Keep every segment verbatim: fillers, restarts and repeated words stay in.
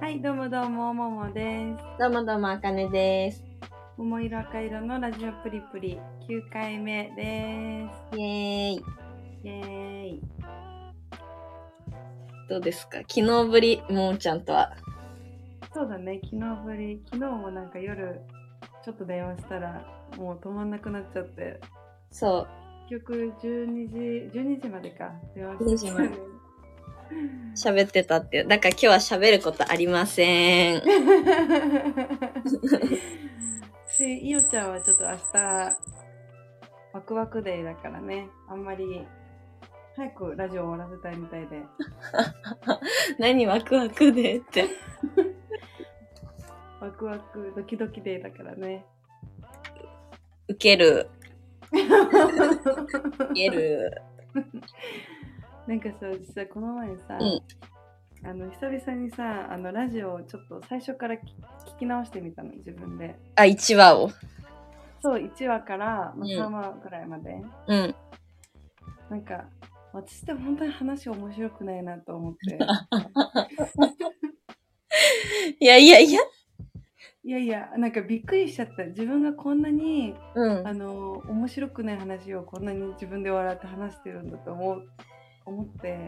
はい、どうもどうも、ももです。 どうもどうも、あかねです。 桃色赤色のラジオプリプリきゅうかいめです。 イエーイ。 イエーイ。 どうですか？昨日ぶり、ももちゃんとは。 そうだね、昨日ぶり、昨日もなんか夜、ちょっと電話したら、もう止まんなくなっちゃって。 そう。 結局、じゅうにじ、じゅうにじまでか、電話してた、ね。 喋ってたっていう。だから今日は喋ることありません。 し、いおちゃんはちょっと明日、ワクワクデーだからね、あんまり、早くラジオ終わらせたいみたいで。 何ワクワクでって。 ワクワクドキドキデーだからね。 ウケる。ウケる。 なんかさ、実はこの前さ、 うん、 あの久々にさ、あのラジオをちょっと最初から聞き直してみたの、自分で。 あ、いちわを。 そう、いちわから、まあ、さんわぐらいまで。 うん。 なんか、私って本当に話面白くないなと思って。 いやいやいや。 いやいや、なんかびっくりしちゃった。自分がこんなに、 うん。 あの、面白くない話をこんなに自分で笑って話してるんだと思う、思って。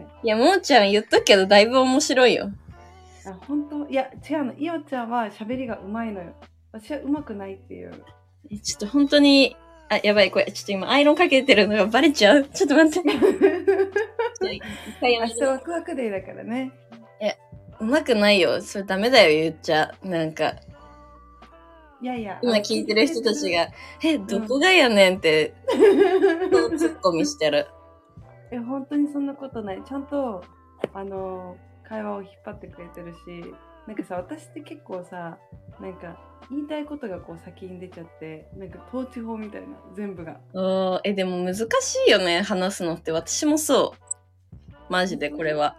いや、ももちゃん言っとくけど、だいぶ面白いよ。 あ、本当？いや、違うの。いおちゃんは喋りがうまいのよ。私はうまくないっていう。 え、ちょっと本当に、あ、やばい、これ、ちょっと今、アイロンかけてるのがバレちゃう。ちょっと待って。一回やめて。 明日ワクワクデーだからね。 いや、うまくないよ。それダメだよ、言っちゃ。なんか。 いやいや、 今聞いてる人たちが、え、どこがやねんって、ツッコミしてる。 え、本当にそんなことない。ちゃんと、あの、会話を引っ張ってくれてるし、なんかさ、私って結構さ、なんか、言いたいことがこう先に出ちゃって、なんか統治法みたいな、全部が。 おー、え、でも難しいよね、話すのって。私もそう。マジで、これは。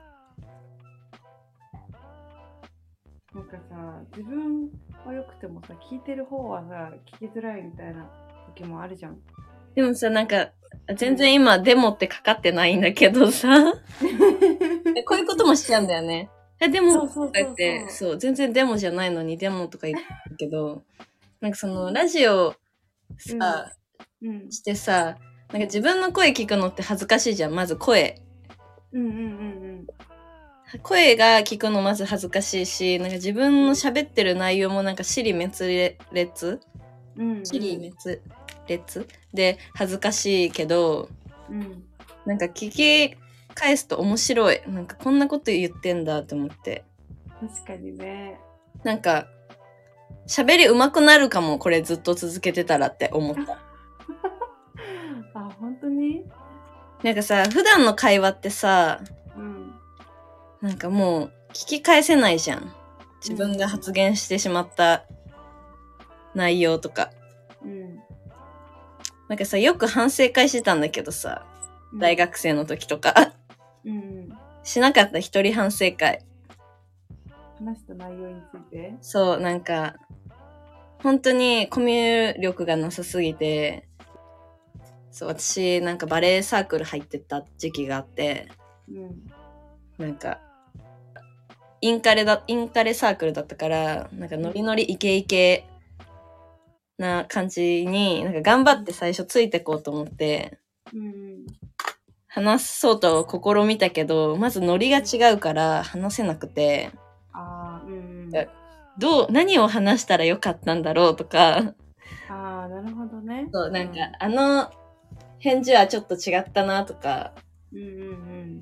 なんかさ、自分は良くてもさ、聞いてる方はさ、聞きづらいみたいな時もあるじゃん。 でもさ、なんか、全然今、デモってかかってないんだけどさ、こういうこともしちゃうんだよね。え、デモとか言って、そう、全然デモじゃないのにデモとか言ってるけど、なんかその、ラジオさ、うん、してさ、なんか自分の声聞くのって恥ずかしいじゃん、まず声。 うんうんうんうん。 声が聞くのまず恥ずかしいし、なんか自分の喋ってる内容もなんか尻滅裂、うんうん、尻滅裂で恥ずかしいけど、うん、なんか聞き返すと面白い。なんかこんなこと言ってんだと思って。 確かにね。 なんか、喋り上手くなるかも、これずっと続けてたらって思った。 あ、本当に？ なんかさ、普段の会話ってさ、うん、なんかもう聞き返せないじゃん。自分が発言してしまった内容とか。うん、なんかさ、よく反省会してたんだけどさ、うん、大学生の時とか。うん、しなかった一人反省会。 話した内容について？ そう、なんか、本当にコミュ力がなさすぎて、そう、私なんかバレエサークル入ってた時期があって、うん、なんか、インカレだ、インカレサークルだったから、なんかノリノリイケイケな感じに、なんか頑張って最初ついてこうと思って、うん、話そうと試みたけど、まずノリが違うから話せなくて、あ、うん、どう、何を話したらよかったんだろうとか。 ああ、なるほどね。 そう、なんか、うん、あの返事はちょっと違ったなとか、うんうんうん、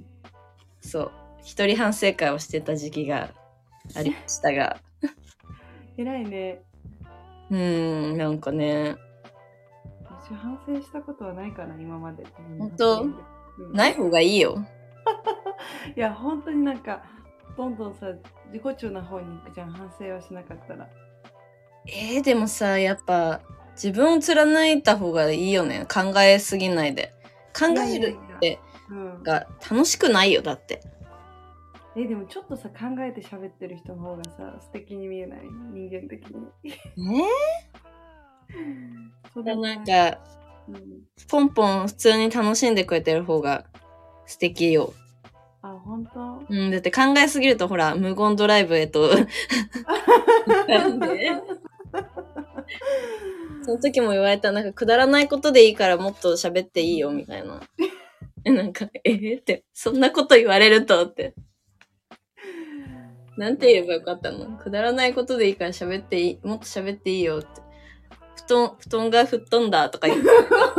そう、一人反省会をしてた時期がありましたが。 偉いね。 うーん、なんかね。 私反省したことはないかな、今まで。 本当？うん、ない方がいいよ。 いや、本当になんか、どんどんさ、自己中な方に行くじゃん、反省はしなかったら。 えー、でもさ、やっぱ、自分を貫いた方がいいよね。考えすぎないで。考えるって、が楽しくないよ、だって。 え、でもちょっとさ、考えて喋ってる人の方がさ、素敵に見えない？人間的に。 えー、そうだ、なんか、うん、ポンポン普通に楽しんでくれてる方が素敵よ。 あ、 本当？ うん、だって考えすぎるとほら、無言ドライブへと。その時も言われた、なんかくだらないことでいいからもっと喋っていいよ、みたいな。なんか、えー、って、そんなこと言われるとって。なんて言えばよかったの？くだらないことでいいから喋っていい、もっと喋っていいよって。布団、布団が吹っ飛んだとか言って。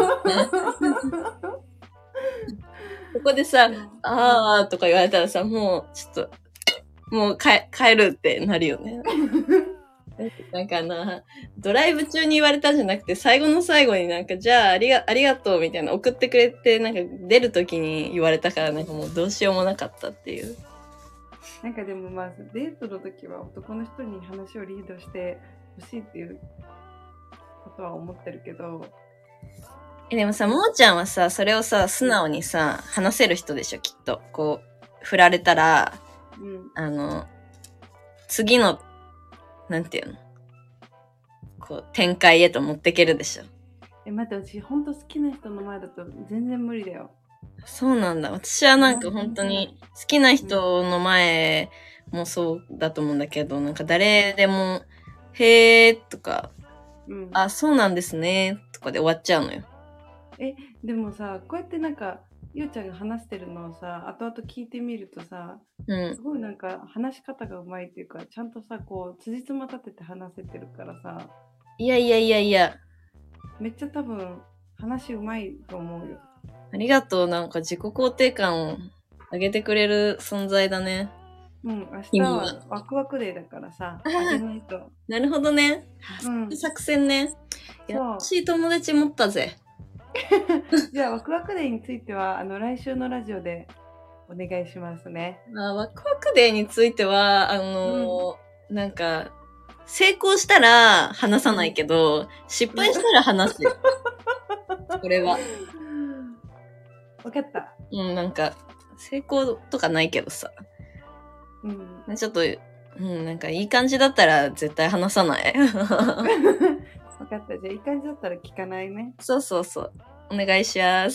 ここでさ、あーとか言われたらさ、もう、ちょっと、もう帰、帰るってなるよね。なんかな、ドライブ中に言われたんじゃなくて、最後の最後になんか、じゃあ、ありが、ありがとうみたいな、送ってくれて、なんか出る時に言われたから、なんかもうどうしようもなかったっていう。 なんかでもまあ、デートの時は男の人に話をリードしてほしいっていうことは思ってるけど。 え、でもさ、ももちゃんはさ、それをさ、素直にさ、話せる人でしょ、きっと。こう、振られたら、うん、あの、次の、なんていうの？こう、展開へと持っていけるでしょ。 え、待って、私、ほんと好きな人の前だと全然無理だよ。 そうなんだ。私はなんか本当に、好きな人の前もそうだと思うんだけど、なんか誰でも、へーとか、うん、あ、そうなんですね、とかで終わっちゃうのよ。 え、でもさ、こうやってなんか、ゆうちゃんが話してるのをさ、後々聞いてみるとさ、うん、すごいなんか話し方がうまいっていうか、ちゃんとさ、こう、辻褄立てて話せてるからさ。 いやいやいやいや。 めっちゃ多分、話うまいと思うよ。 ありがとう。なんか自己肯定感を上げてくれる存在だね。 うん、明日はワクワクデーだからさ、あげないと。 なるほどね。うん、作戦ね。優しい友達持ったぜ。 じゃあ、ワクワクデーについては、あの、来週のラジオでお願いしますね。 あ、ワクワクデーについては、あの、うん、なんか、成功したら話さないけど、うん、失敗したら話すよ。これは。 わかった。 うん、なんか、成功とかないけどさ。うん。ちょっと、うん、なんかいい感じだったら絶対話さない。 わかった。じゃあいい感じだったら聞かないね。 そうそうそう。お願いします。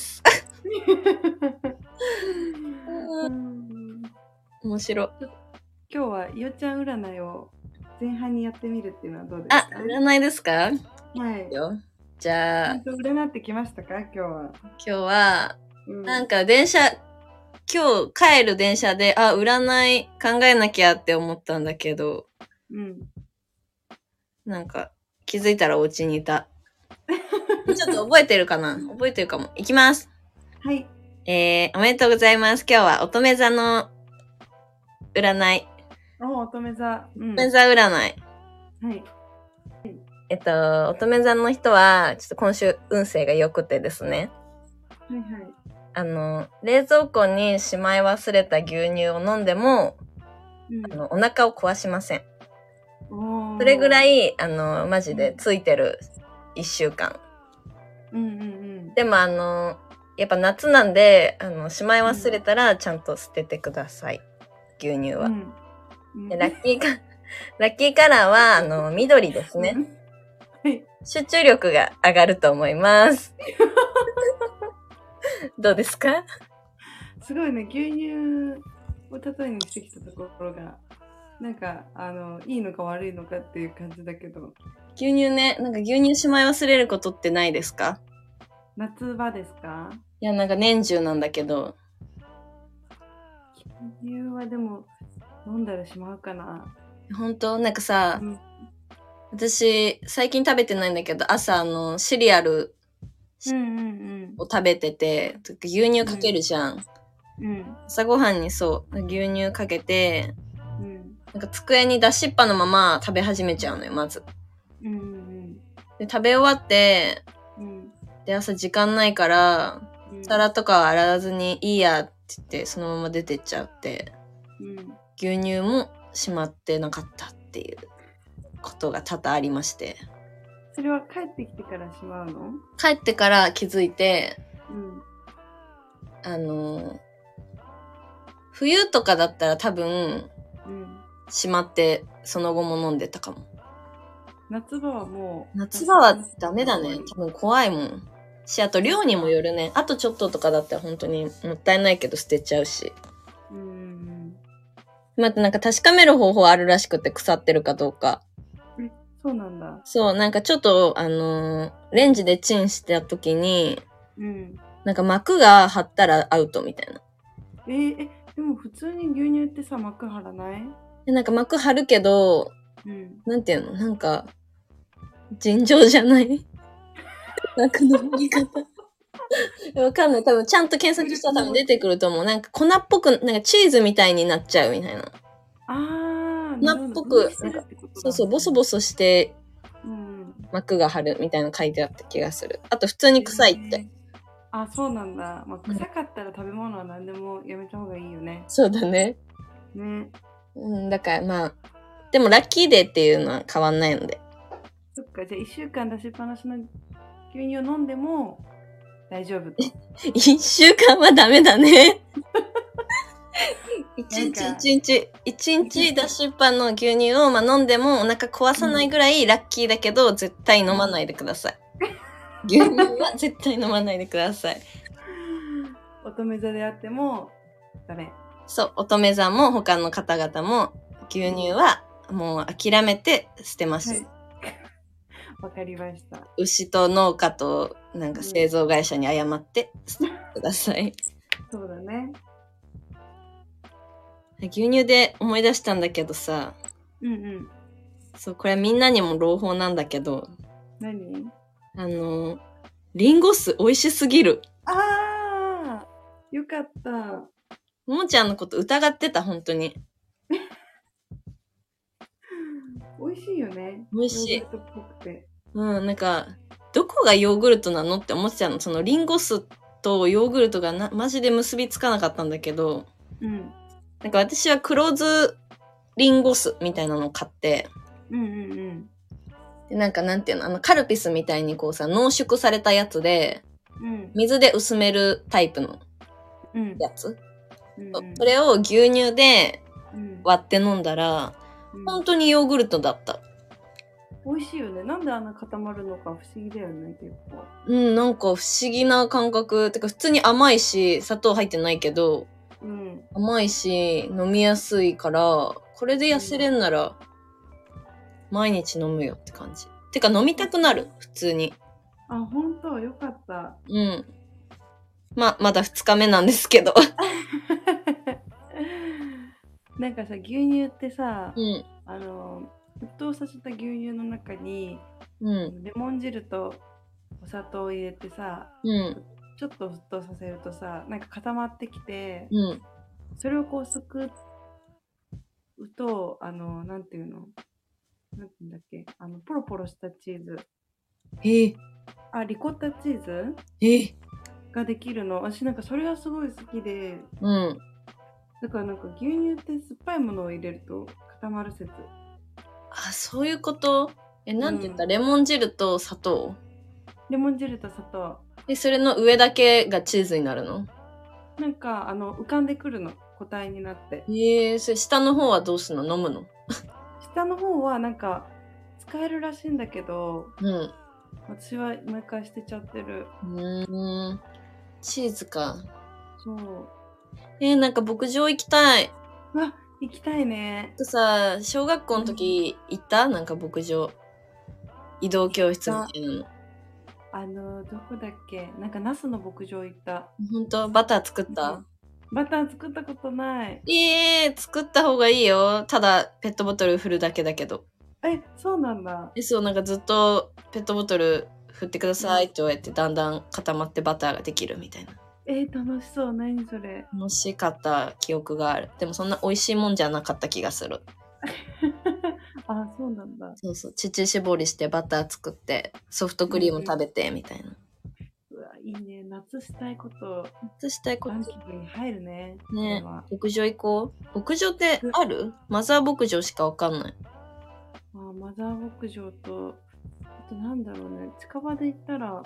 うん、面白い。 今日はいおちゃん占いを前半にやってみるっていうのはどうですか？ あ、占いですか？はい。 よ。 じゃあ。 ちゃんと占ってきましたか？今日は。 今日は、うん、なんか電車、今日帰る電車で、あ、占い考えなきゃって思ったんだけど、うん。なんか気づいたらお家にいた。ちょっと覚えてるかな？覚えてるかも。いきます。 はい。 えー、おめでとうございます。今日は乙女座の占い。 お、乙女座。 うん、乙女座占い。はい。えっと、乙女座の人は、ちょっと今週運勢が良くてですね。 はいはい。 あの、冷蔵庫にしまい忘れた牛乳を飲んでも、うん、あのお腹を壊しません。それぐらい、あの、マジでついてる一週間。うんうんうん。でもあの、やっぱ夏なんで、あの、しまい忘れたらちゃんと捨ててください。牛乳は。うんうん、でラッキーカ、ラッキーカラーは、あの、緑ですね。はい。集中力が上がると思います。どうですか？ すごいね、牛乳を例えにしてきたところが、なんか、あの、いいのか悪いのかっていう感じだけど。 牛乳ね、なんか牛乳しまい忘れることってないですか？ 夏場ですか？ いや、なんか年中なんだけど。 牛乳はでも、飲んだらしまうかな。 本当？なんかさ、うん、私、最近食べてないんだけど、朝、あの、シリアル、うんうんうん、を食べてて、牛乳かけるじゃん。うんうん、朝ごはんにそう、牛乳かけて、うん、なんか机に出しっぱのまま食べ始めちゃうのよ、まず。うんうん、で食べ終わって、うん、で、朝時間ないから、うん、皿とか洗わずにいいやって言って、そのまま出てっちゃって、うん、牛乳もしまってなかったっていうことが多々ありまして。 それは帰ってきてからしまうの？ 帰ってから気づいて、うん、あの、冬とかだったら多分、うん、しまってその後も飲んでたかも。 夏場はもう。夏場はダメだね。多分怖いもん。し、あと量にもよるね。あとちょっととかだったら本当にもったいないけど捨てちゃうし。うん。 またなんか確かめる方法あるらしくて、腐ってるかどうか。 え、そうなんだ。 そう、なんかちょっと、あのー、レンジでチンした時に、 うん。 なんか膜が張ったらアウトみたいな。 えー、え、でも普通に牛乳ってさ、膜張らない？ でなんか膜張るけど、 うん。 なんていうのなんか、尋常じゃない膜の張り方。わかんない。多分ちゃんと検索したら多分出てくると思う。なんか粉っぽく、なんかチーズみたいになっちゃうみたいな。 あー、 粉なるほど。 っぽく、 分離するってことだ。 そうそう、ボソボソしてうん。 膜が張るみたいなの書いてあった気がする。あと普通に臭いって。 えーあ、そうなんだ。まあ、臭かったら食べ物は何でもやめた方がいいよね。 そうだね。 ね。 うん、だからまあ、でもラッキーデーっていうのは変わんないので。 そっか、じゃあいっしゅうかん出しっぱなしの牛乳を飲んでも大丈夫と。 一週間はダメだね。一日なんか一日、一日出しっぱの牛乳をまあ飲んでもお腹壊さないぐらいラッキーだけど、絶対飲まないでください。牛乳は絶対飲まないでください。 乙女座であってもダメ。 そう、乙女座も他の方々も牛乳はもう諦めて捨てましょう。 はい。わかりました。 牛と農家となんか製造会社に謝って捨ててください。 そうだね。 牛乳で思い出したんだけどさ、 うんうん。 そう、これみんなにも朗報なんだけど、 何？ あの、リンゴ酢美味しすぎる。 あー、よかった。 ももちゃんのこと疑ってた、本当に。 美味しいよね。 美味しいヨーグルトっぽくて。 うん、なんか、どこがヨーグルトなのって思ってたの。そのリンゴ酢とヨーグルトがなマジで結びつかなかったんだけど、 うん。 なんか私は黒酢リンゴ酢みたいなのを買って、 うんうんうん。 でなんかなんていうの、あのカルピスみたいにこうさ、濃縮されたやつで、 うん。 水で薄めるタイプのうん。 やつ。 うんうん、 それを牛乳でうん割って飲んだら、 うん、 本当にヨーグルトだった。 美味しいよね。なんであんな固まるのか不思議だよね、結構。 うん、なんか不思議な感覚。てか普通に甘いし、砂糖入ってないけど、 うん、 甘いし、飲みやすいから、これで痩せれんなら、毎日飲むよって感じ。てか飲みたくなる、普通に。 あ、ほんとよかった。 うん。まあ、まだふつかめなんですけど。 なんかさ、牛乳ってさ、 うん。 あの、沸騰させた牛乳の中に、 うん。 レモン汁とお砂糖を入れてさ、 うん。 ちょっと沸騰させるとさ、なんか固まってきて、 うん。 それをこうすくうと、あの、なんていうのなんていうんだっけあの、ポロポロしたチーズ。 えー、 あ、リコッタチーズえー、 ができるの。私なんかそれがすごい好きで、 うん。 だからなんか牛乳って酸っぱいものを入れると固まる説。 あ、そういうことえ、なんて言った、 うんレモン汁と砂糖レモン汁と砂糖。 で、それの上だけがチーズになるの？ なんかあの浮かんでくるの。固体になって。 ええー、それ下の方はどうすんの？飲むの？ 下の方はなんか使えるらしいんだけど、 うん。 私は毎回捨てちゃってる。 うーん。チーズか。 そう。 えー、なんか牧場行きたい。 うわ、行きたいね。 さ、小学校の時行った？なんか牧場。移動教室みたいなの。 あの、どこだっけなんかナスの牧場行った。 ほんと？バター作った？ バター作ったことない。 ええー、作った方がいいよ。ただ、ペットボトル振るだけだけど。 え、そうなんだ。 え、そう、なんかずっとペットボトル振ってくださいって言われて、だんだん固まってバターができるみたいな。 えー、楽しそう。何それ。 楽しかった記憶がある。でもそんな美味しいもんじゃなかった気がする。 あ、そうなんだ。 そうそう。乳搾りしてバター作って、ソフトクリーム食べて、みたいな。 うわ、いいね。夏したいこと。 夏したいこと。 暖気分に入るね。 ね。牧場行こう。牧場ってある？マザー牧場しかわかんない。 あ、マザー牧場と、あとなんだろうね。近場で行ったら、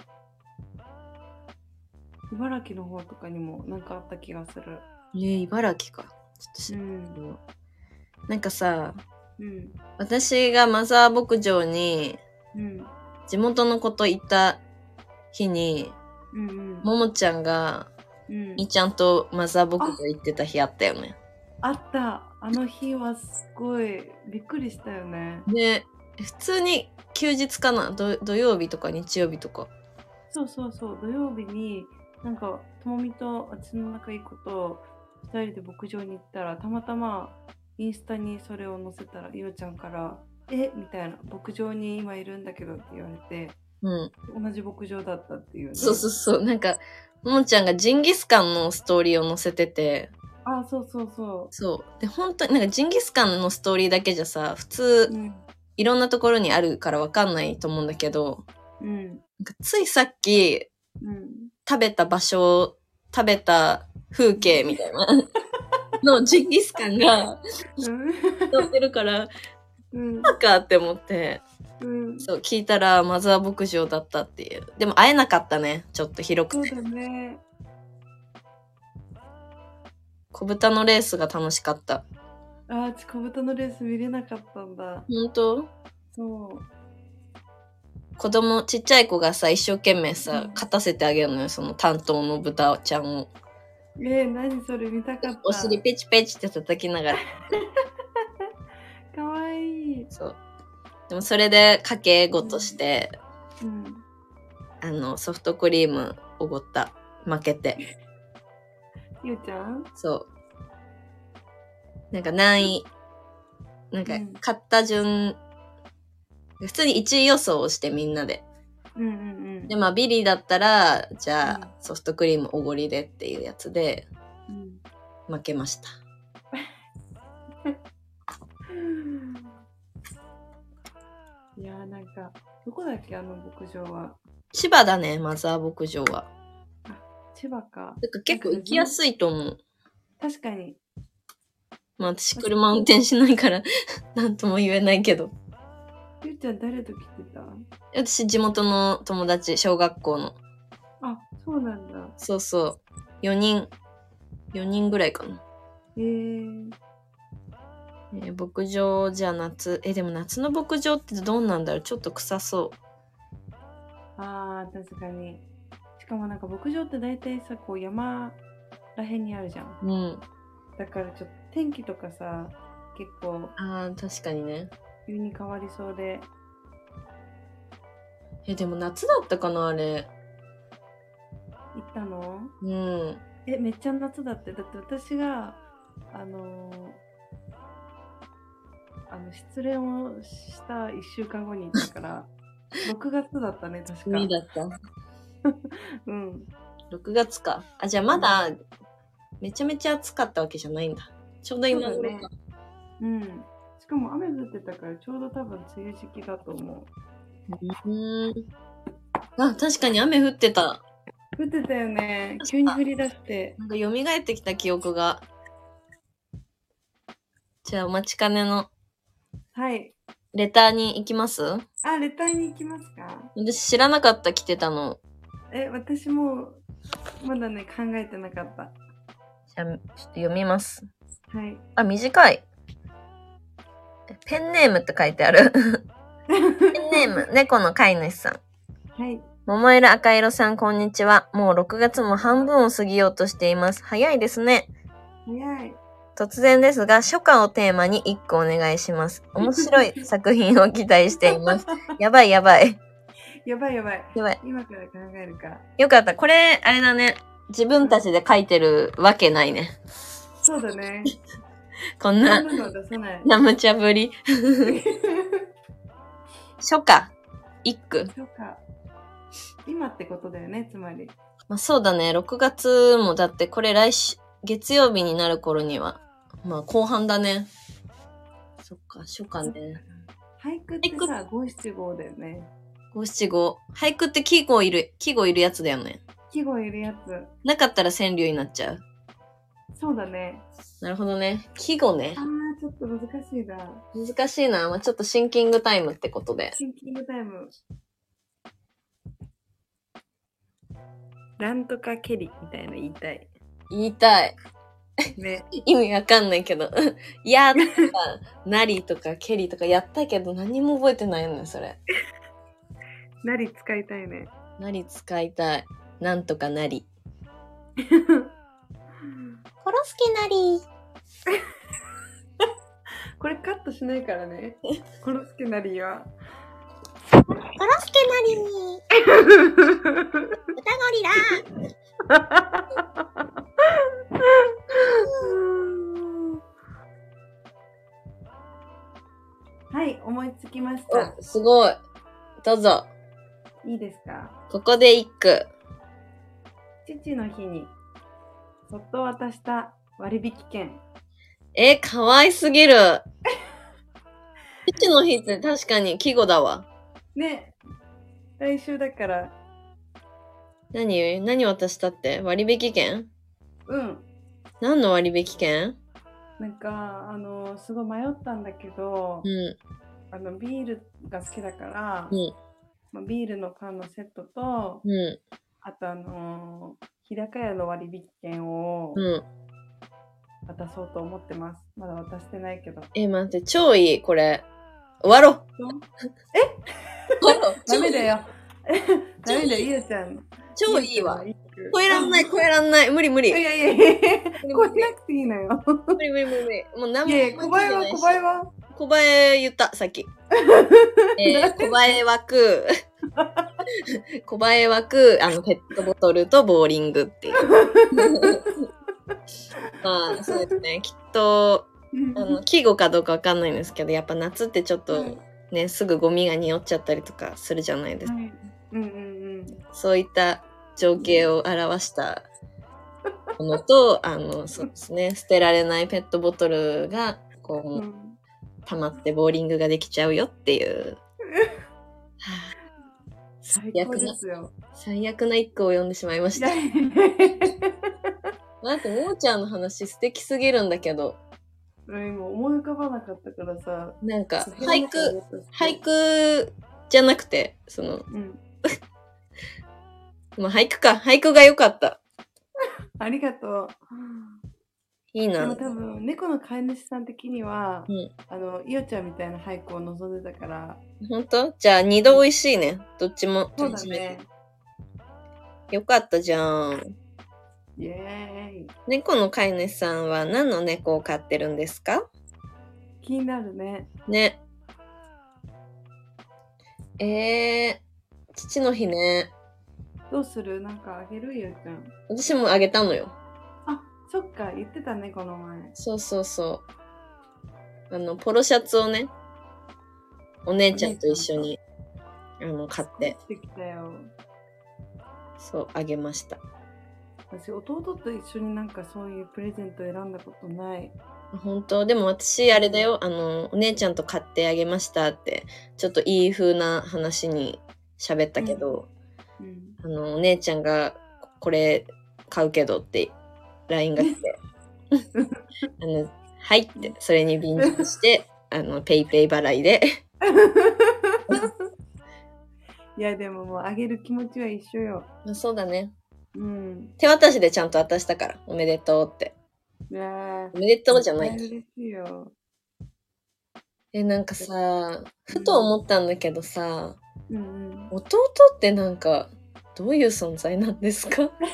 茨城の方とかにもなんかあった気がする。 えー、茨城か。ちょっと知うらないん。 なんかさ、 うん。 私がマザー牧場にうん。 地元の子と行った日に、 うんうん。 ももちゃんがうん。 みーちゃんとマザー牧場行ってた日あったよね。 あった。あの日はすごいびっくりしたよね。 ね、普通に休日かな、ど土曜日とか日曜日とか。 そうそうそう、土曜日になんかともみと私の仲いい子とふたりで牧場に行ったら、たまたまインスタにそれを載せたら、いおちゃんから「えみたいな、牧場に今いるんだけど」って言われて、 うん、 同じ牧場だったっていうね。 そうそうそう、なんかももちゃんがジンギスカンのストーリーを載せてて、 あ、そうそうそう。 そうで、本当になんかジンギスカンのストーリーだけじゃさ、普通、うん、いろんなところにあるからわかんないと思うんだけど、うん、なんかついさっき、うん、食べた場所、食べた風景みたいなのジンギスカンが載ってるから、うん、なんかって思って、うん、そう聞いたらマザー牧場だったっていう。でも会えなかったね、ちょっと広くて。 そうだね。 小豚のレースが楽しかった。 あー、小豚のレース見れなかったんだ。 本当？ そう。 子供、ちっちゃい子がさ、一生懸命さ、うん、勝たせてあげるのよ、その担当の豚ちゃんを。 えー、何それ見たかった。 お尻ペチペチって叩きながら。 かわいい。 そう。でもそれで賭け事して、うんうん、あの、ソフトクリームおごった。負けて。 ゆうちゃん？ そう。なんか何位、なんか勝った順、うん、普通にいちい予想をしてみんなで。うんうんうん、で、まあビリだったら、じゃあ、うん、ソフトクリームおごりでっていうやつで、うん、負けました。 いやー、なんかどこだっけ、あの牧場は。 千葉だね、マザー牧場は。 あ、千葉か。 なんか結構行きやすいと思う。 確かに。 まあ私車運転しないからなんとも言えないけど。 ゆうちゃん誰と来てた？ 私地元の友達、小学校の。 あ、そうなんだ。 そうそう。よにん、よにんぐらいかな。 へー。 えー、牧場じゃ夏、え、でも夏の牧場ってどうなんだろう、ちょっと臭そう。 あー、確かに。しかもなんか牧場って大体さ、こう山らへんにあるじゃん。うん。だからちょっと天気とかさ、結構。 あー、確かにね。 急に変わりそうで。 え、でも夏だったかな、あれ。 行ったの？ うん。 え、めっちゃ夏だって。だって私が、あのー、あの失恋をしたいっしゅうかんごに行ったからろくがつだったね、確か。 冬だった。 うん。 ろくがつか。あ、じゃあまだめちゃめちゃ暑かったわけじゃないんだ。ちょうど今頃か。 う、ね、うん。しかも雨降ってたからちょうど多分梅雨時期だと思う。 うん。あ、確かに雨降ってた。 降ってたよね。急に降り出して。 なんか蘇ってきた記憶が。じゃあお待ちかねの。 はい。 レターに行きます？ あ、レターに行きますか？ 私知らなかった、来てたの。 え、私もまだね、考えてなかった。 じゃあ、ちょっと読みます。 はい。 あ、短い。ペンネームって書いてある。ペンネーム、猫の飼い主さん。 はい。 桃色赤色さん、こんにちは。もうろくがつも半分を過ぎようとしています。早いですね。 早い。 突然ですが、初夏をテーマに一個お願いします。面白い作品を期待しています。やばいやばい。 やばいやばい。 やばい。 今から考えるか。 よかった。これ、あれだね。自分たちで書いてるわけないね。 そうだね。 こんな、な無茶ぶり。初夏。一句。 初夏。今ってことだよね、つまり。 まあそうだね。ろくがつもだってこれ来週、月曜日になる頃には、まあ後半だね。そっか、初夏ね。 俳句ってさ、五七五だよね。 五七五。俳句って季語いる、季語いるやつだよね。 季語いるやつ。 なかったら川柳になっちゃう。 そうだね。 なるほどね。季語ね。 あー、ちょっと難しいな。 難しいな。まあちょっとシンキングタイムってことで。 シンキングタイム。なんとかケリみたいな言いたい。 言いたい。 ね。 意味わかんないけど。いやーとか、なりとかケリとかやったけど何も覚えてないよね、それ。 なり使いたいね。 なり使いたい。なんとかなり。コロスケなり。 これカットしないからね。コロスケなりは。 コロスケなり歌ゴリラはい、思いつきました。 お、すごい。どうぞ。 いいですか？ ここで一句。 父の日にそっと渡した割引券。 え、かわいすぎる。父の日って確かに季語だわ。 ね、来週だから。 何何渡したって割引券？ うん。 何の割引券？ なんか、あの、すごい迷ったんだけど、 うん。 あの、ビールが好きだから、 うん。 まあ、ビールの缶のセットと、 うん。 あとあのー、日高屋の割引券をうん。 渡そうと思ってます。まだ渡してないけど。 え、待って、超いい、これ。終わろう。 え終わろう。 ダメだよ。ダメだよ、ゆうちゃん。 超いいわ。超えらんない、超えらんない。無理無理。 いやいやいや、超えなくていいのよ。 無理無理無理無理。もう何もいやいや、小映えは小映えは小映え言った、さっき。えー、小映え枠。小映え枠、あの、ペットボトルとボーリングっていう。まあ、そうですね。きっと、あの、季語かどうかわかんないんですけど、やっぱ夏ってちょっとね、はい、すぐゴミが匂っちゃったりとかするじゃないですか。はい、うんうんうん、そういった情景を表したものと、あの、そうですね、捨てられないペットボトルが、こう、うん、溜まってボーリングができちゃうよっていう。はあ、 最高ですよ。 最悪な一句を読んでしまいました。なんか、もーちゃんの話素敵すぎるんだけど。 今思い浮かばなかったからさ。 なんか、俳句、俳句じゃなくて、その、うん、まあ俳句か。俳句が良かった。 ありがとう。 いいな。 でも多分、猫の飼い主さん的には、うん、あの、いおちゃんみたいな俳句を望んでたから。 ほんと？じゃあ、二度美味しいね。どっちも。 そうだね。 よかったじゃん。 イエーイ。 猫の飼い主さんは何の猫を飼ってるんですか？ 気になるね。 ね。えー、父の日ね。 どうする？なんかあげる？ゆうちゃん。 私もあげたのよ。 あ、そっか、言ってたね、この前。 そうそうそう。あの、ポロシャツをね、お姉ちゃんと一緒に、あの、買って。 してきたよ。 そう、あげました。 私、弟と一緒になんかそういうプレゼント選んだことない。 本当？でも私、あれだよ。あの、お姉ちゃんと買ってあげましたって、ちょっといい風な話に喋ったけど、うんうん、あの、お姉ちゃんがこれ買うけどって ライン が来て、あの、はいって、それに便乗して、あの、ペイペイ払いで。 いや、でももうあげる気持ちは一緒よ。 まあ、そうだね。 うん。 手渡しでちゃんと渡したから、おめでとうって。 いやおめでとうじゃない。 嬉しいよ。 え、なんかさ、ふと思ったんだけどさ、うんうん、弟ってなんか、どういう存在なんですか？なんか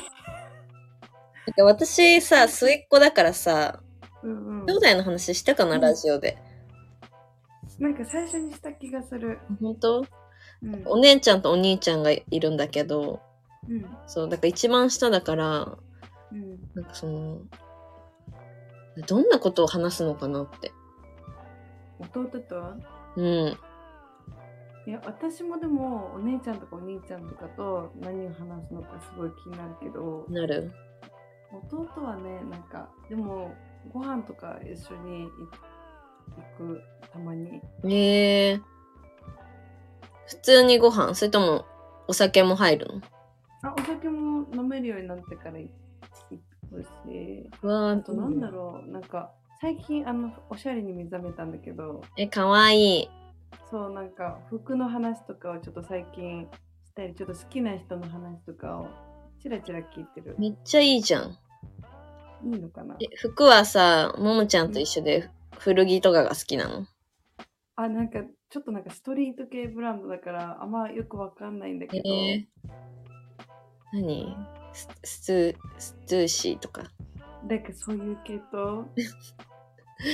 私さ、末っ子だからさ、うんうん、兄弟の話したかな、うん、ラジオで。 なんか最初にした気がする。 本当？うん、お姉ちゃんとお兄ちゃんがいるんだけど、うん、そう、だから一番下だから、うん、なんかその、どんなことを話すのかなって。 弟とは？ うん。 いや、私もでもお姉ちゃんとかお兄ちゃんとかと何を話すのかすごい気になるけど。 なる。 弟はね、なんか、でもご飯とか一緒に行く、たまに。 へえー。普通にご飯？それともお酒も入るの？ あ、お酒も飲めるようになってから行くし。わあとなんだろう、なんか最近あのおしゃれに目覚めたんだけど。 え、かわいい。 そう、なんか服の話とかをちょっと最近したり、ちょっと好きな人の話とかをチラチラ聞いてる。 めっちゃいいじゃん。 いいのかな？ え、服はさ、ももちゃんと一緒で古着とかが好きなの？ あ、なんかちょっとなんかストリート系ブランドだからあんまよくわかんないんだけど。えー、 何？ス、スツー、スツーシーとか。 なんかそういう系統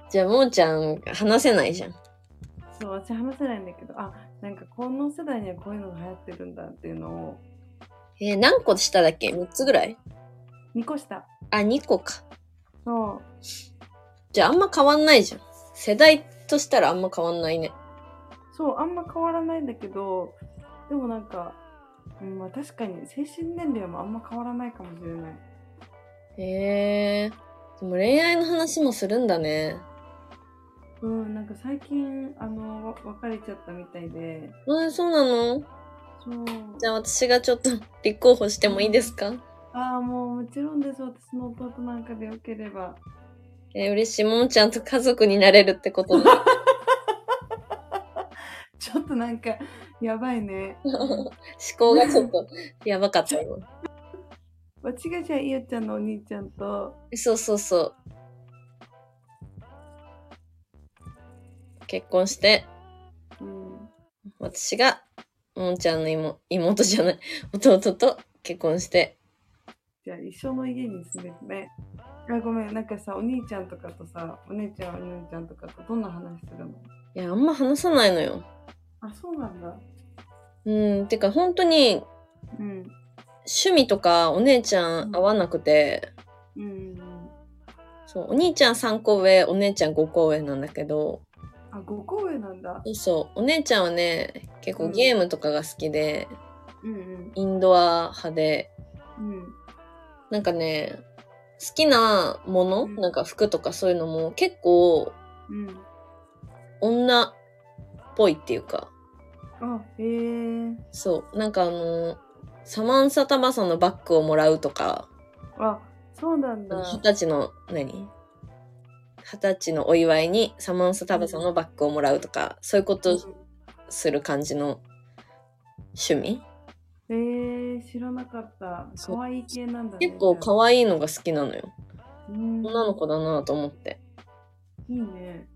じゃあ、もーちゃん話せないじゃん。 そう、私話せないんだけど、あ、なんかこの世代にはこういうのが流行ってるんだっていうのを。 えー、何個下だっけ ?みっ つぐらい？ にこ下。 あ、にこか。 そう。 じゃあ、あんま変わんないじゃん。世代としたらあんま変わんないね。 そう、あんま変わらないんだけど、でもなんか、うん、まあ確かに精神年齢もあんま変わらないかもしれない。 へえー。でも恋愛の話もするんだね。 うん、なんか最近、あの、別れちゃったみたいで。 うん、そうなの？ そう。 じゃあ私がちょっと立候補してもいいですか？ ああ、もうもちろんです。私の弟なんかでよければ。 えー、嬉しい。もんちゃんと家族になれるってことで。 ちょっとなんか、やばいね。 思考がちょっとやばかったよ。 私がじゃあ、いよちゃんのお兄ちゃんと。 そうそうそう。結婚して、 うん、 私が、もんちゃんの妹、妹じゃない、弟と結婚して。 じゃあ、一緒の家に住んでるね。あ、ごめん、なんかさ、お兄ちゃんとかとさ、お姉ちゃん、お姉ちゃんとかとどんな話するの？ いや、あんま話さないのよ。 あ、そうなんだ。 うん、てか本当に、 うん。 趣味とかお姉ちゃん合わなくて、 うん。うん、 そう、お兄ちゃんさんこ上、お姉ちゃんごこ上なんだけど、 あ、ごこ上なんだ。 そうそう、お姉ちゃんはね、結構ゲームとかが好きで、 うんうん。 インドア派で、 うん。 なんかね、好きなもの、うん、なんか服とかそういうのも結構、うん、女っぽいっていうか。 あ、へえ。 そう、なんかあの、サマンサタバサのバッグをもらうとか。 あ、そうなんだ。 二十歳の何二十歳のお祝いにサマンサタバサのバッグをもらうとか、うん、そういうことする感じの趣味。 えー、知らなかった。可愛い系なんだね。 結構可愛いのが好きなのよ。女の子だなと思って。 いいね。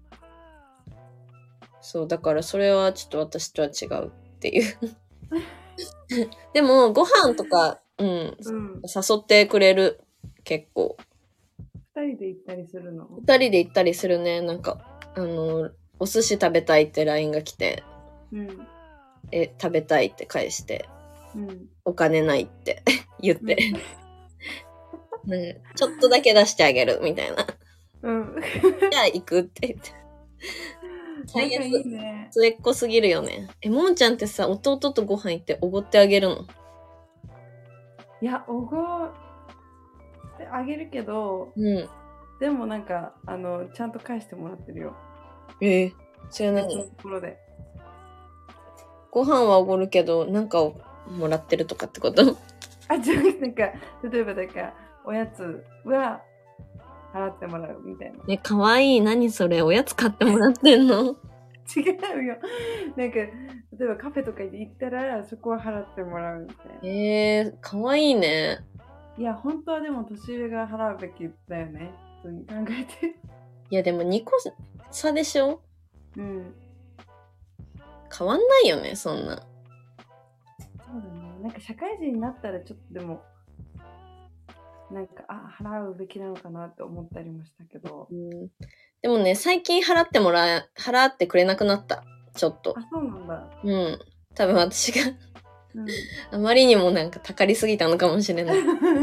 そう、だからそれはちょっと私とは違うっていう。でも、ご飯とか、うん、うん、誘ってくれる。結構。 二人で行ったりするの？ 二人で行ったりするね。なんか、あの、お寿司食べたいって ライン が来て、うん、え、食べたいって返して、うん、お金ないって言って、うんね、ちょっとだけ出してあげるみたいな。うん。じゃあ行くって言って。最悪、いいね、末っ子すぎるよね。え、もんちゃんってさ、弟とご飯行っておごってあげるの？ いや、おごってあげるけど、うん。でもなんか、あの、ちゃんと返してもらってるよ。 えー、それは何？ ところで。 ご飯はおごるけど、なんかをもらってるとかってこと？ あ、じゃあ、なんか、例えばなんか、おやつは払ってもらうみたいな。 ね、かわいい。何それ？おやつ買ってもらってんの？ 違うよ。なんか、例えばカフェとかに行ったら、そこは払ってもらうみたいな。 えー、かわいいね。 いや、本当はでも年上が払うべきだよね。普通に考えて。 いや、でもにこ差でしょ？うん。変わんないよね、そんな。 そうだね。なんか社会人になったらちょっとでも、なんか、あ、払うべきなのかなって思ったりもしたけど。 うん、でもね、最近払ってもらえ、払ってくれなくなった。ちょっと。 あ、そうなんだ。 うん。多分私が、うん、あまりにもなんかたかりすぎたのかもしれない。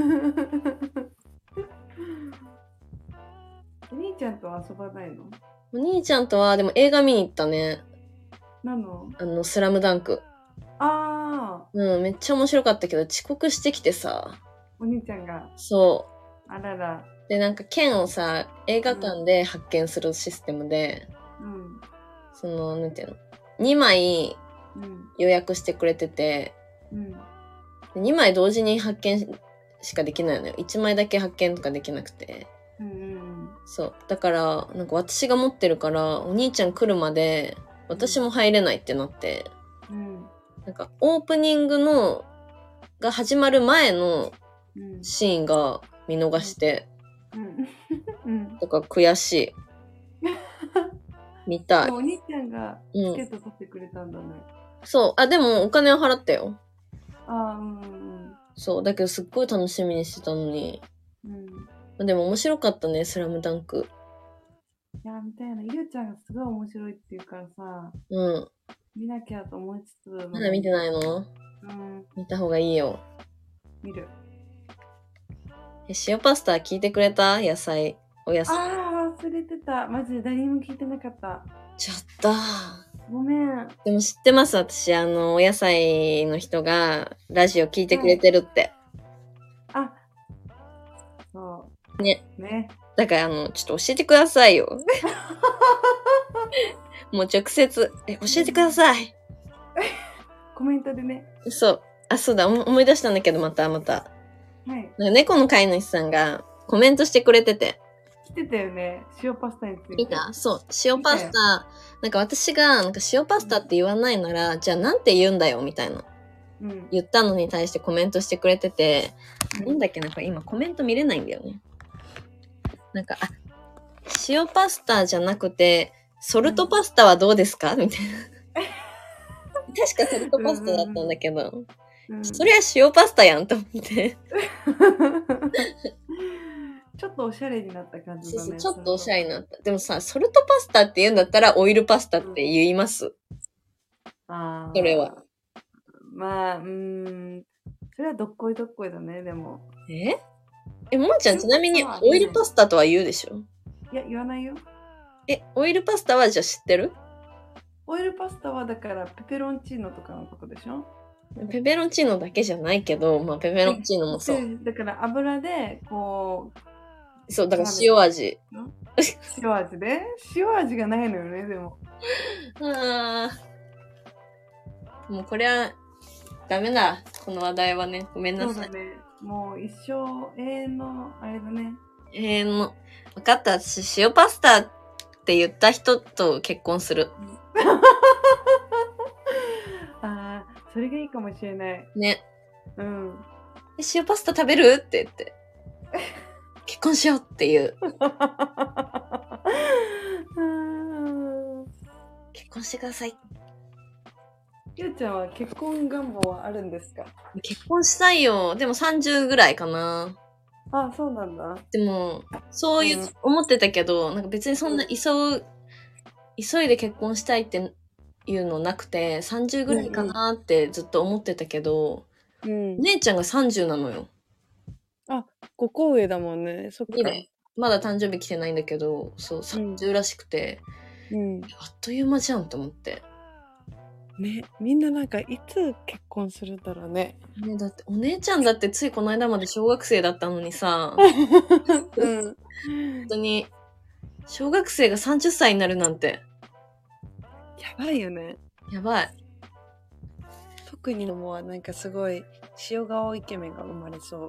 お兄ちゃんと遊ばないの？ お兄ちゃんとは、でも映画見に行ったね。 何の？ あの、スラムダンク。 ああ。 うん、めっちゃ面白かったけど、遅刻してきてさ。 お兄ちゃんが。 そう。 あらら。 で、なんか券をさ、映画館で発券するシステムで、うん、その、なんていうの、にまい予約してくれてて、うん、でにまい同時に発券しかできないのよ。いちまいだけ発券とかできなくて。うんうん、そう。だから、なんか私が持ってるから、お兄ちゃん来るまで、私も入れないってなって、うん、なんかオープニングの、が始まる前のシーンが見逃して、うん、とか悔しい。見たい。 お兄ちゃんがチケット取ってくれたんだね。 うん、そう。あ、でもお金は払ったよ。 ああ、うん。 そう。だけどすっごい楽しみにしてたのに。うん。でも面白かったね、スラムダンク。 いや、みたいな。ゆうちゃんがすごい面白いって言うからさ、 うん。 見なきゃと思いつつ、 まだ見てないの？ うん。 見た方がいいよ。 見る。 え、塩パスタ聞いてくれた？野菜。お野菜。 ああ、忘れてた。マジで誰にも聞いてなかった。 ちょっと。 ごめん。 でも知ってます、私。あの、お野菜の人がラジオ聞いてくれてるって。 はい、あ、そう。 ね。 ね。 だから、あの、ちょっと教えてくださいよ。もう直接、え、教えてください。 コメントでね。 そう。あ、そうだ、思い出したんだけど、またまた。はい。猫の飼い主さんがコメントしてくれてて。 来てたよね。塩パスタについて。 見た？そう。塩パスタ、なんか私が、なんか塩パスタって言わないなら、うん、じゃあなんて言うんだよ、みたいな。うん、言ったのに対してコメントしてくれてて、うん、なんだっけな、これ今コメント見れないんだよね。なんか、あ、塩パスタじゃなくて、ソルトパスタはどうですか？みたいな。確かソルトパスタだったんだけど、うん、それは塩パスタやんと思って。 ちょっとおしゃれになった感じだね。 そうそう、ちょっとおしゃれになった。でもさ、ソルトパスタって言うんだったらオイルパスタって言います。うん、ああ。それは。 まあ、うーん。それはどっこいどっこいだね、でも。 ええ、もんちゃんちなみにオイルパスタとは言うでしょ？ いや、言わないよ。 え、オイルパスタはじゃあ知ってる？ オイルパスタはだからペペロンチーノとかのことでしょ？ ペペロンチーノだけじゃないけど、まあペペロンチーノもそう。 だから油で、こう。そう、だから塩味。 塩味で塩味がないのよね、でも。 ああ。もうこれは、ダメだ。この話題はね。ごめんなさい。 そうだね。もう一生永遠の、あれだね。 永遠の。分かった。私、塩パスタって言った人と結婚する。 ああ、それがいいかもしれない。 ね。 うん。 え、塩パスタ食べるって言って。結婚しようっていう。結婚してください。 ゆうちゃんは結婚願望はあるんですか？ 結婚したいよ。でもさんじゅうぐらいかな。 あ、そうなんだ。 でも、そういう、うん、思ってたけど、なんか別にそんな急う、急いで結婚したいっていうのなくて、さんじゅうぐらいかなってずっと思ってたけど、うん、姉ちゃんがさんじゅうなのよ。 あ、ごこ上だもんね。そっか。 まだ誕生日来てないんだけど、そう、さんじゅうらしくて、うん、あっという間じゃんと思って。 ね、みんななんかいつ結婚するんだろうね。 ね、だってお姉ちゃんだってついこの間まで小学生だったのにさ、うん、本当に小学生がさんじゅっさいになるなんてやばいよね。 やばい。 特にのもはなんかすごい塩顔イケメンが生まれそう。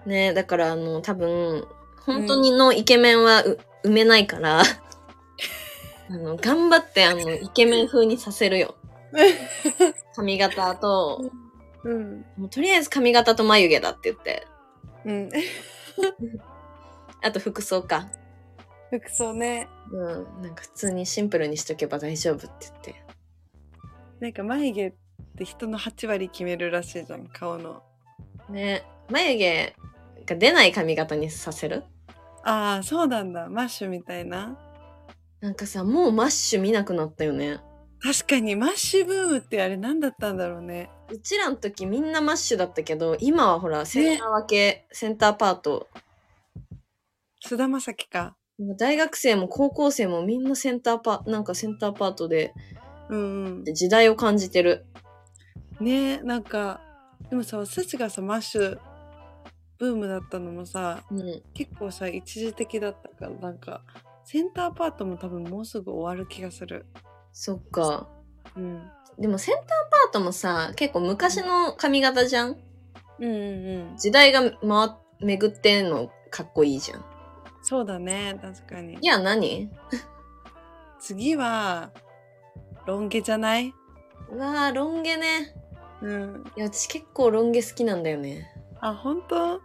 ね、だからあの多分本当にのイケメンはう、うん、埋めないからあの頑張ってあのイケメン風にさせるよ。髪型と、うん、もうとりあえず髪型と眉毛だって言って。うん。あと服装か。 服装ね。 うん。なんか普通にシンプルにしとけば大丈夫って言って。 なんか眉毛って人のはちわり決めるらしいじゃん、顔の。 ね。眉毛が出ない髪型にさせる？ ああ、そうなんだ。マッシュみたいな。 なんかさ、もうマッシュ見なくなったよね。 確かにマッシュブームってあれ何だったんだろうね。 うちらの時みんなマッシュだったけど、今はほらセンター分け、ね、センターパート。 菅田将暉か。 大学生も高校生もみんなセンターパなんかセンターパートで、うんうん、時代を感じてる。 ねえ、なんかでもさ、私たちがさマッシュブームだったのもさ、うん、結構さ一時的だったから、なんかセンターパートも多分もうすぐ終わる気がする。 そっか。うん。でもセンターパートもさ、結構昔の髪型じゃん？うんうんうん。時代が回、巡ってんのかっこいいじゃん。 そうだね、確かに。 いや、何？ 次は、ロン毛じゃない？ うわー、ロン毛ね。うん。いや、私結構ロン毛好きなんだよね。 あ、ほんと？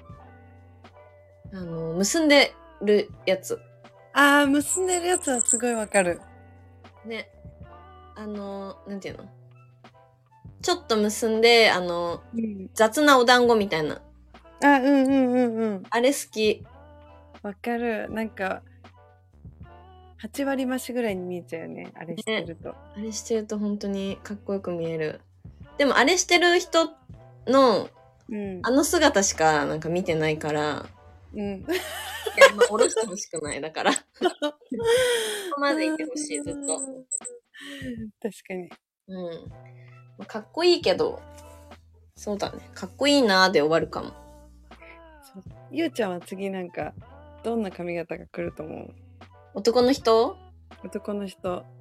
あの、結んでるやつ。 あー、結んでるやつはすごいわかる。 ね。あの、なんていうの？ちょっと結んで、あの、うん、雑なお団子みたいな。 あ、うんうんうんうん。 あれ好き。 わかる。なんか、 はち割増しぐらいに見えちゃうよね、あれしてると、ね、 あれしてると本当にかっこよく見える。でもあれしてる人の、うん、あの姿しかなんか見てないからうんいや、まあ、下ろしてほしくないだからここまでいてほしいずっと。 確かに。 うん。かっこいいけど、そうだね。かっこいいなーで終わるかも。 そうゆうちゃんは次なんかどんな髪型が来ると思う？ 男の人？ 男の人。へ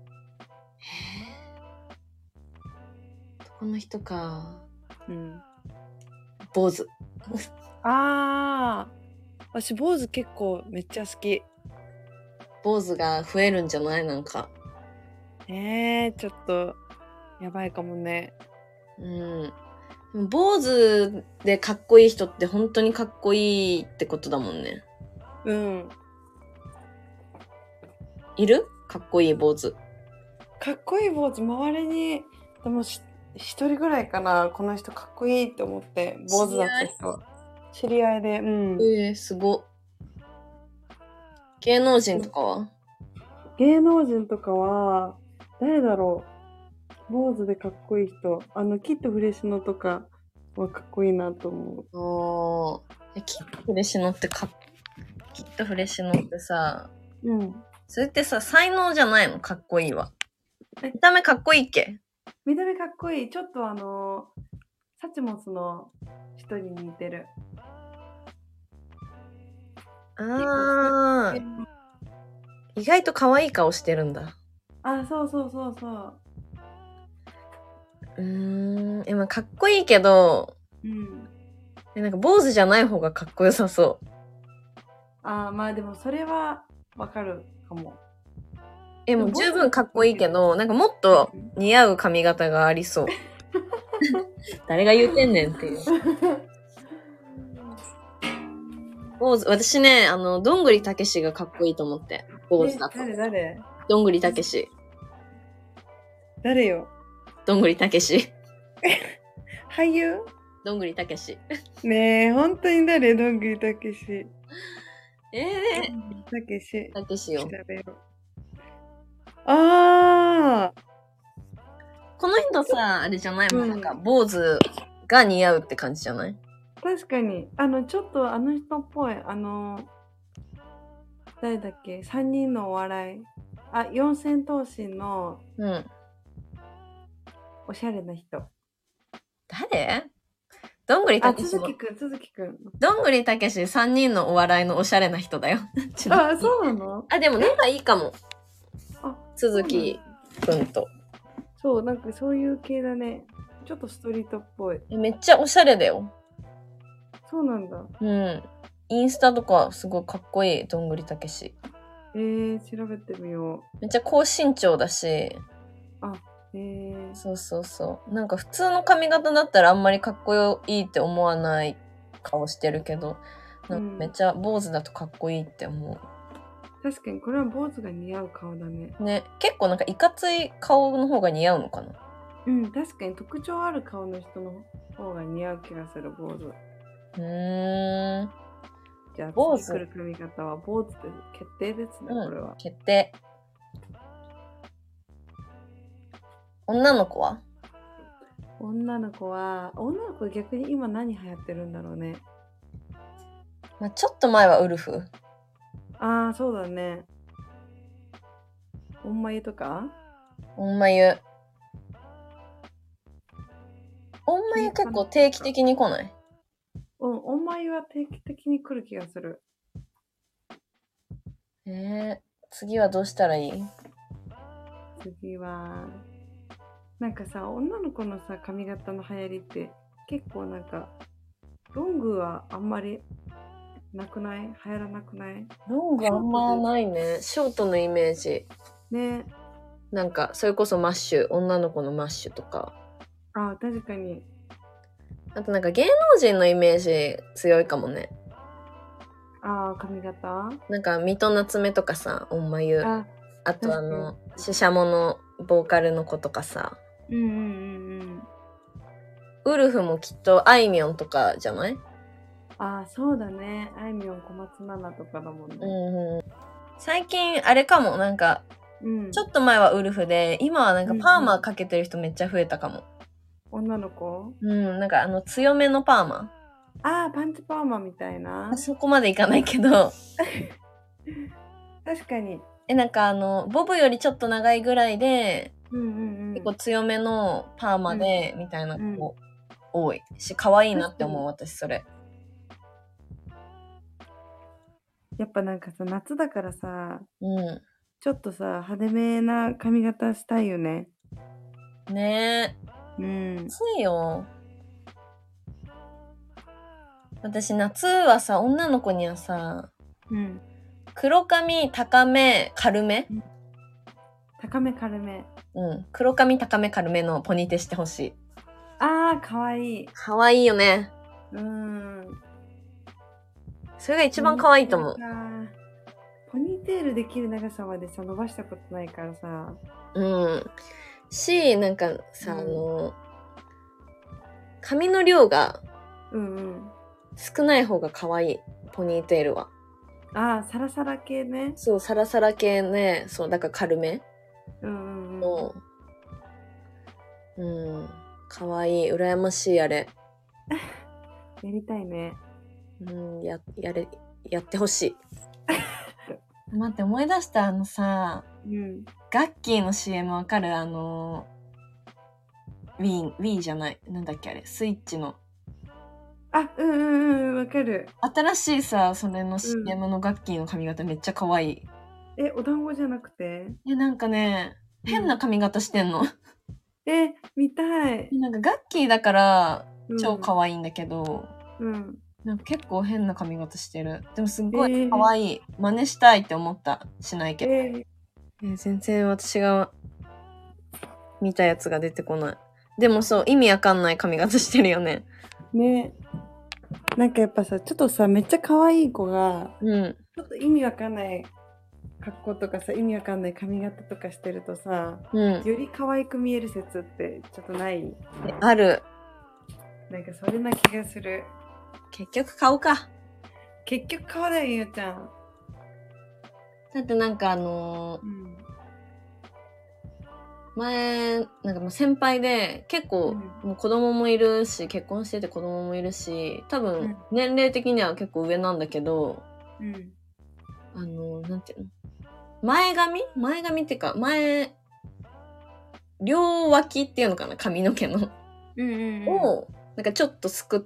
え。男の人か。 うん。 坊主。 ああ。私坊主結構めっちゃ好き。 坊主が増えるんじゃない？なんか。 えー、ちょっとやばいかもね。 うん。坊主でかっこいい人って本当にかっこいいってことだもんね。 うん。 いる？かっこいい坊主。 かっこいい坊主周りにでも一人ぐらいかな。この人かっこいいって思って坊主だった人。知り合いで。うん。 えー、すご。芸能人とかは？ 芸能人とかは誰だろう。坊主でかっこいい人。あのキッドフレッシュノとかはかっこいいなと思う。 おー。キッドフレッシュノってかっキッドフレッシュノってさ、うん。それってさ、才能じゃないの？かっこいいわ。見た目かっこいいっけ？ 見た目かっこいい。ちょっとあの、サチモスの人に似てる。 あー。意外と可愛い顔してるんだ。 あ、そうそうそうそう。 うーん。今かっこいいけど、うん。なんか坊主じゃない方がかっこよさそう。 あー、まあでもそれはわかるかも。 え、もう十分かっこいいけど、なんかもっと似合う髪型がありそう。誰が言うてんねんっていう。坊主、私ね、あの、どんぐりたけしがかっこいいと思って。坊主だと。 誰誰？ どんぐりたけし。 誰よ？ どんぐりたけし。 俳優？ どんぐりたけし。 ねえ、本当に誰？どんぐりたけし。 ええー。たけし。 たけしよ。 調べよう。ああ。 この人さ、あれじゃないもん、うん、なんか、坊主が似合うって感じじゃない？ 確かに。あの、ちょっとあの人っぽい。あの、誰だっけ？さんにんのお笑い。あ、四千頭身の、うん。おしゃれな人。 誰？どんぐりたけし。 あ、鈴木くん、鈴木くん。 どんぐりたけしさんにんのお笑いのおしゃれな人だよ。 あ、そうなの？ あ、でも仲いいかも。あ、鈴木くんと。 そう、なんかそういう系だね。ちょっとストリートっぽい。 え、めっちゃおしゃれだよ。 そうなんだ。 うん。インスタとかすごいかっこいい、どんぐりたけし。 えー、調べてみよう。めっちゃ高身長だし。 あ、えー。 そうそうそう。なんか普通の髪型だったらあんまりかっこいいって思わない顔してるけど、なんかめっちゃ坊主だとかっこいいって思う。 うん、確かにこれは坊主が似合う顔だね。 ね、結構なんかいかつい顔の方が似合うのかな？ うん、確かに特徴ある顔の人の方が似合う気がする、坊主。うーん。じゃあ、坊主来る髪型は坊主で決定ですね、うん、これは。 決定。女の子は？ 女の子は、女の子逆に今何流行ってるんだろうね。 まあ、ちょっと前はウルフ。 ああ、そうだね。おんまゆとか？ おんまゆ。おんまゆ結構定期的に来ない？ うん、おんまゆは定期的に来る気がする。 えー、次はどうしたらいい？ 次は、なんかさ、女の子のさ、髪型の流行りって結構なんか、ロングはあんまりなくない？流行らなくない？ ロングあんまないね。ショートのイメージ。 ね。 なんか、それこそマッシュ、女の子のマッシュとか。 ああ、確かに。 あとなんか芸能人のイメージ強いかもね。 ああ、髪型？ なんか、水戸夏目とかさ、おんまゆ。あ, あとあの、ししゃものボーカルの子とかさ。 うんうんうんうん。 ウルフもきっとあいみょんとかじゃない？ ああ、そうだね。あいみょん、小松菜奈とかだもんね。うんうん。 最近あれかも、なんか、うん、ちょっと前はウルフで、今はなんかパーマかけてる人めっちゃ増えたかも。 うんうん、女の子？ うん、なんかあの強めのパーマ。 ああ、パンチパーマみたいな。 そこまでいかないけど。 確かに。 え、なんかあの、ボブよりちょっと長いぐらいで、 うんうんうん、 結構強めのパーマで、みたいな子、うん、多いし、可愛いなって思う、私それ。 やっぱなんかさ、夏だからさ、 うん。 ちょっとさ、派手めな髪型したいよね。 ねえ。うん。 暑いよ。私、夏はさ、女の子にはさ、うん。黒髪高め、軽め、うん、 高め軽め。 うん。黒髪高め軽めのポニテしてほしい。 あー、かわいい。 かわいいよね。 うーん。 それが一番可愛いと思う。 ポニーテールできる長さまでさ、伸ばしたことないからさ。 うん。し、なんかさ、うん、あの、髪の量が、うんうん。少ない方が可愛い。ポニーテールは。 ああ、サラサラ系ね。 そう、サラサラ系ね。そう、だから軽め。 うんうんうん。うん。可愛い。羨ましい、あれ。 やりたいね。 うん、や、やれ、やってほしい。待って、思い出したあのさ、うん。ガッキーの シーエム わかる？あの、ウィーン、ウィーじゃない。なんだっけあれ、スイッチの。 あ、うんうんうん、わかる。 新しいさ、それの シーエム のガッキーの髪型めっちゃ可愛い。 うん、え、お団子じゃなくて？ え、なんかね、変な髪型してんの。うん、 え、見たい。 なんかガッキーだから、超可愛いんだけど、うん。うんなんか結構変な髪型してる。でもすっごい可愛い。えー、真似したいって思った。しないけど。えーえー、全然私が見たやつが出てこない。でもそう、意味わかんない髪型してるよね。 ね。なんかやっぱさ、ちょっとさ、めっちゃ可愛い子が、うん、ちょっと意味わかんない格好とかさ、意味わかんない髪型とかしてるとさ、うん、より可愛く見える説ってちょっとない？ ある。 なんかそれな気がする。 結局顔か。 結局顔だよ、ゆうちゃん。 だってなんかあのーうん、前、なんかもう先輩で結構、うん、もう子供もいるし、結婚してて子供もいるし、多分年齢的には結構上なんだけど、うん、あのー、なんていうの？前髪前髪っていうか、前、両脇っていうのかな髪の毛の。うんうんうん、を、なんかちょっとすくって、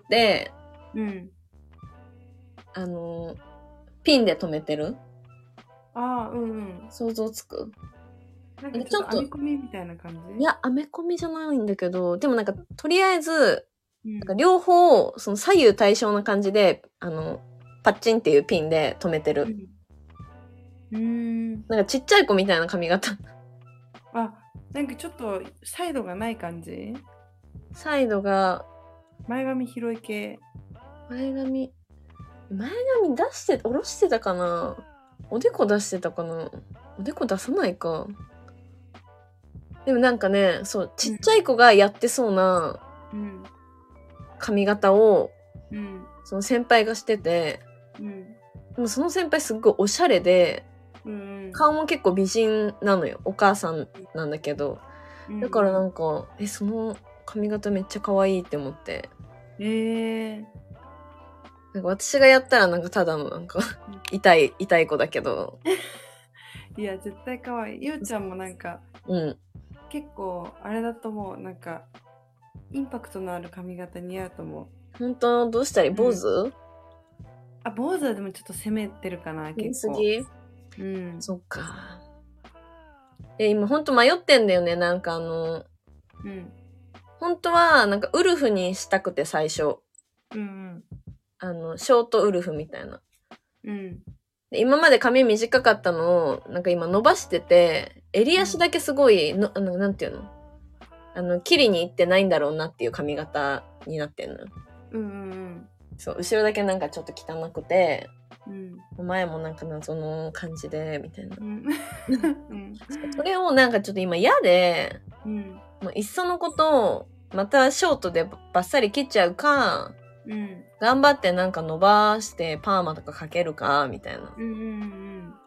うん。あの、ピンで留めてる？ ああ、うんうん。 想像つく？ なんかちょっと編み込みみたいな感じ？ いや、編み込みじゃないんだけど、でもなんか、とりあえず、うん、なんか両方、その左右対称な感じで、あの、パッチンっていうピンで留めてる。うん。うーんなんかちっちゃい子みたいな髪型。 あ、なんかちょっとサイドがない感じ？ サイドが、 前髪広い系。 前髪、前髪出して、下ろしてたかな？おでこ出してたかな？おでこ出さないか。でもなんかね、そう、ちっちゃい子がやってそうな髪型を、うん、その先輩がしてて、うん、でもその先輩すっごいおしゃれで、うん、顔も結構美人なのよ。お母さんなんだけど。だからなんか、え、その髪型めっちゃ可愛いって思って。えー。なんか私がやったらなんかただのなんか痛い、痛い子だけど。 いや、絶対可愛い。ゆうちゃんもなんか、うん。結構あれだと思う。なんか、インパクトのある髪型似合うと思う。 本当？どうしたらいい？坊主、うん、 あ、坊主はでもちょっと攻めてるかな、結構。 すぎ？うん。そっか。え、今ほんと迷ってんだよね、なんかあの、うん。本当は、なんかウルフにしたくて最初。うんうん。あの、ショートウルフみたいな。うん。で今まで髪短かったのを、なんか今伸ばしてて、襟足だけすごい、のあの、なんていうのあの、切りに行ってないんだろうなっていう髪型になってんのよ。うんうんうん。そう、後ろだけなんかちょっと汚くて、うん、前もなんか謎の感じで、みたいな。うん、それをなんかちょっと今嫌で、うん、もういっそのことを、またショートでバッサリ切っちゃうか、うん、頑張ってなんか伸ばしてパーマとかかけるか、みたいな。うんうんうん、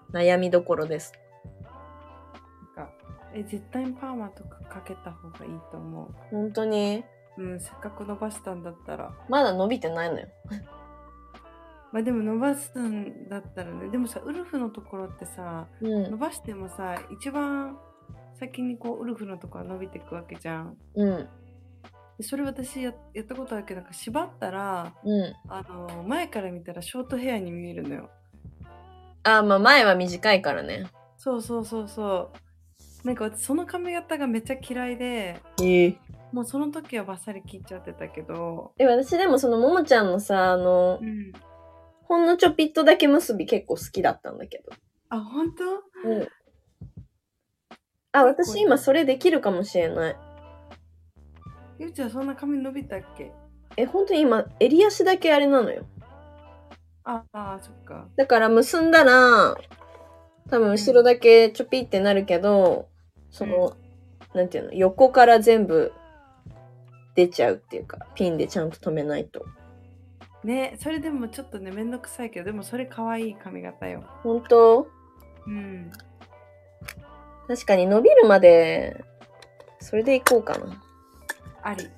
悩みどころです。 なんかえ絶対にパーマとかかけた方がいいと思う。 本当に？ うん、せっかく伸ばしたんだったら。 まだ伸びてないのよ。 まあでも伸ばすんだったらね、でもさ、ウルフのところってさ、 うん、 伸ばしてもさ、一番先にこうウルフのところは伸びていくわけじゃん。 うん、 でそれ私や、やったことあるけど、なんか縛ったら、 うん。 あの前から見たらショートヘアに見えるのよ。 あ、まあ前は短いからね。 そうそうそうそう。なんか私その髪型がめっちゃ嫌いで、 ええ。 もうその時はバッサリ切っちゃってたけど。 え、私でもそのももちゃんのさ、あの、 うん、 ほんのちょぴっとだけ結び結構好きだったんだけど。 あ、本当？ うん。あ、私今それできるかもしれない。 ゆうちゃんそんな髪伸びたっけ？ え、ほんとに今、襟足だけあれなのよ。 ああ、そっか。 だから結んだら、多分後ろだけちょぴってなるけど、うん、その、うん、なんていうの、横から全部出ちゃうっていうか、ピンでちゃんと留めないと。 ね、それでもちょっとね、めんどくさいけど、でもそれ可愛い髪型よ。 ほんと？ うん。 確かに伸びるまで、それでいこうかな。 あり。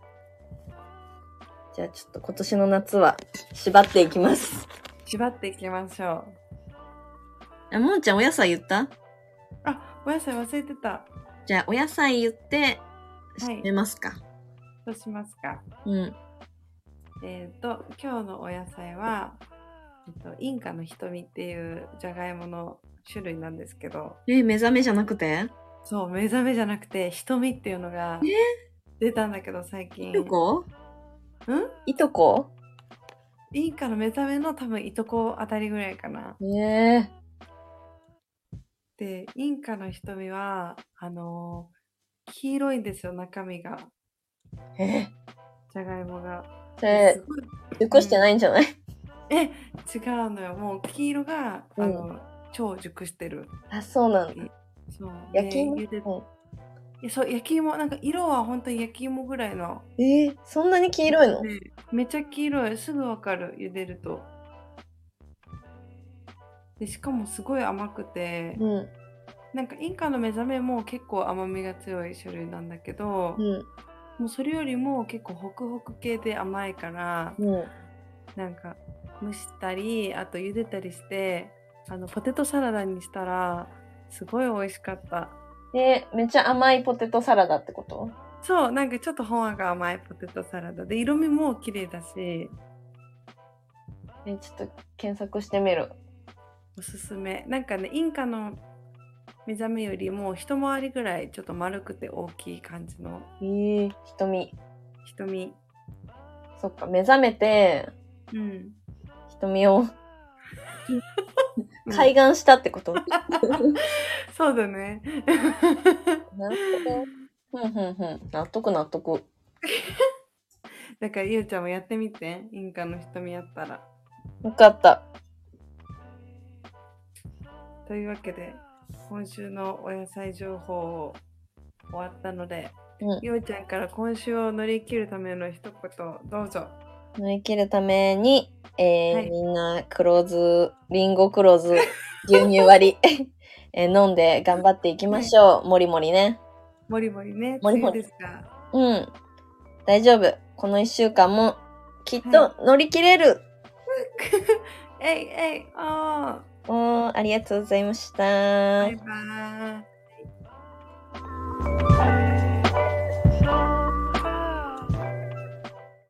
じゃあちょっと今年の夏は縛っていきます。 縛っていきましょう。あ、もんちゃんお野菜言った？ あ、お野菜忘れてた。 じゃあお野菜言って、締めますか。はい、 そうしますか。 うん。 えっと、今日のお野菜は、えっと、インカの瞳っていうじゃがいもの種類なんですけど。 えー、目覚めじゃなくて？ そう、目覚めじゃなくて、瞳っていうのが出たんだけど、最近。 いとこ？ ん？ いとこ？ インカの目覚めの多分いとこあたりぐらいかな。 へえー。 で、インカの瞳は、あのー、黄色いんですよ、中身が。 えじゃがいもが。 えー、熟してないんじゃない？うん、 え、違うのよ。もう黄色が、 うん、 あの、超熟してる。 あ、そうなんだ。 そう。 焼き芋？ 茹で、うん、そう、焼き芋、なんか色は本当に焼き芋ぐらいの。 えー、そんなに黄色いの？ ね、めっちゃ黄色い。すぐわかる、茹でると。で、しかもすごい甘くて、うん、なんかインカの目覚めも結構甘みが強い種類なんだけど、うん、もうそれよりも結構ホクホク系で甘いから、うん、なんか蒸したり、あと茹でたりして、あのポテトサラダにしたらすごい美味しかった。 えー、めっちゃ甘いポテトサラダってこと？ そう、なんかちょっとほんわか甘いポテトサラダで、色味も綺麗だし。 え、ちょっと検索してみる。 おすすめ。なんかね、インカの目覚めよりも一回りぐらいちょっと丸くて大きい感じの。 えー、瞳。 瞳。 そっか、目覚めて、 うん。 瞳を開眼したってこと？ そうだね。 なるほど。ふんふんふん。納得納得。 だからゆうちゃんもやってみて。インカの瞳やったら。 よかった。 というわけで、今週のお野菜情報を終わったので、うん、ゆうちゃんから今週を乗り切るための一言どうぞ。 乗り切るために、えーはい、みんな黒酢、リンゴ黒酢、牛乳割り、えー、飲んで頑張っていきましょう。はい、もりもりね。 もりもりね。もりもりですか。 うん。大丈夫。この一週間もきっと乗り切れる。 はい、えいえい、おー。 おー、ありがとうございました。 バイバーイ。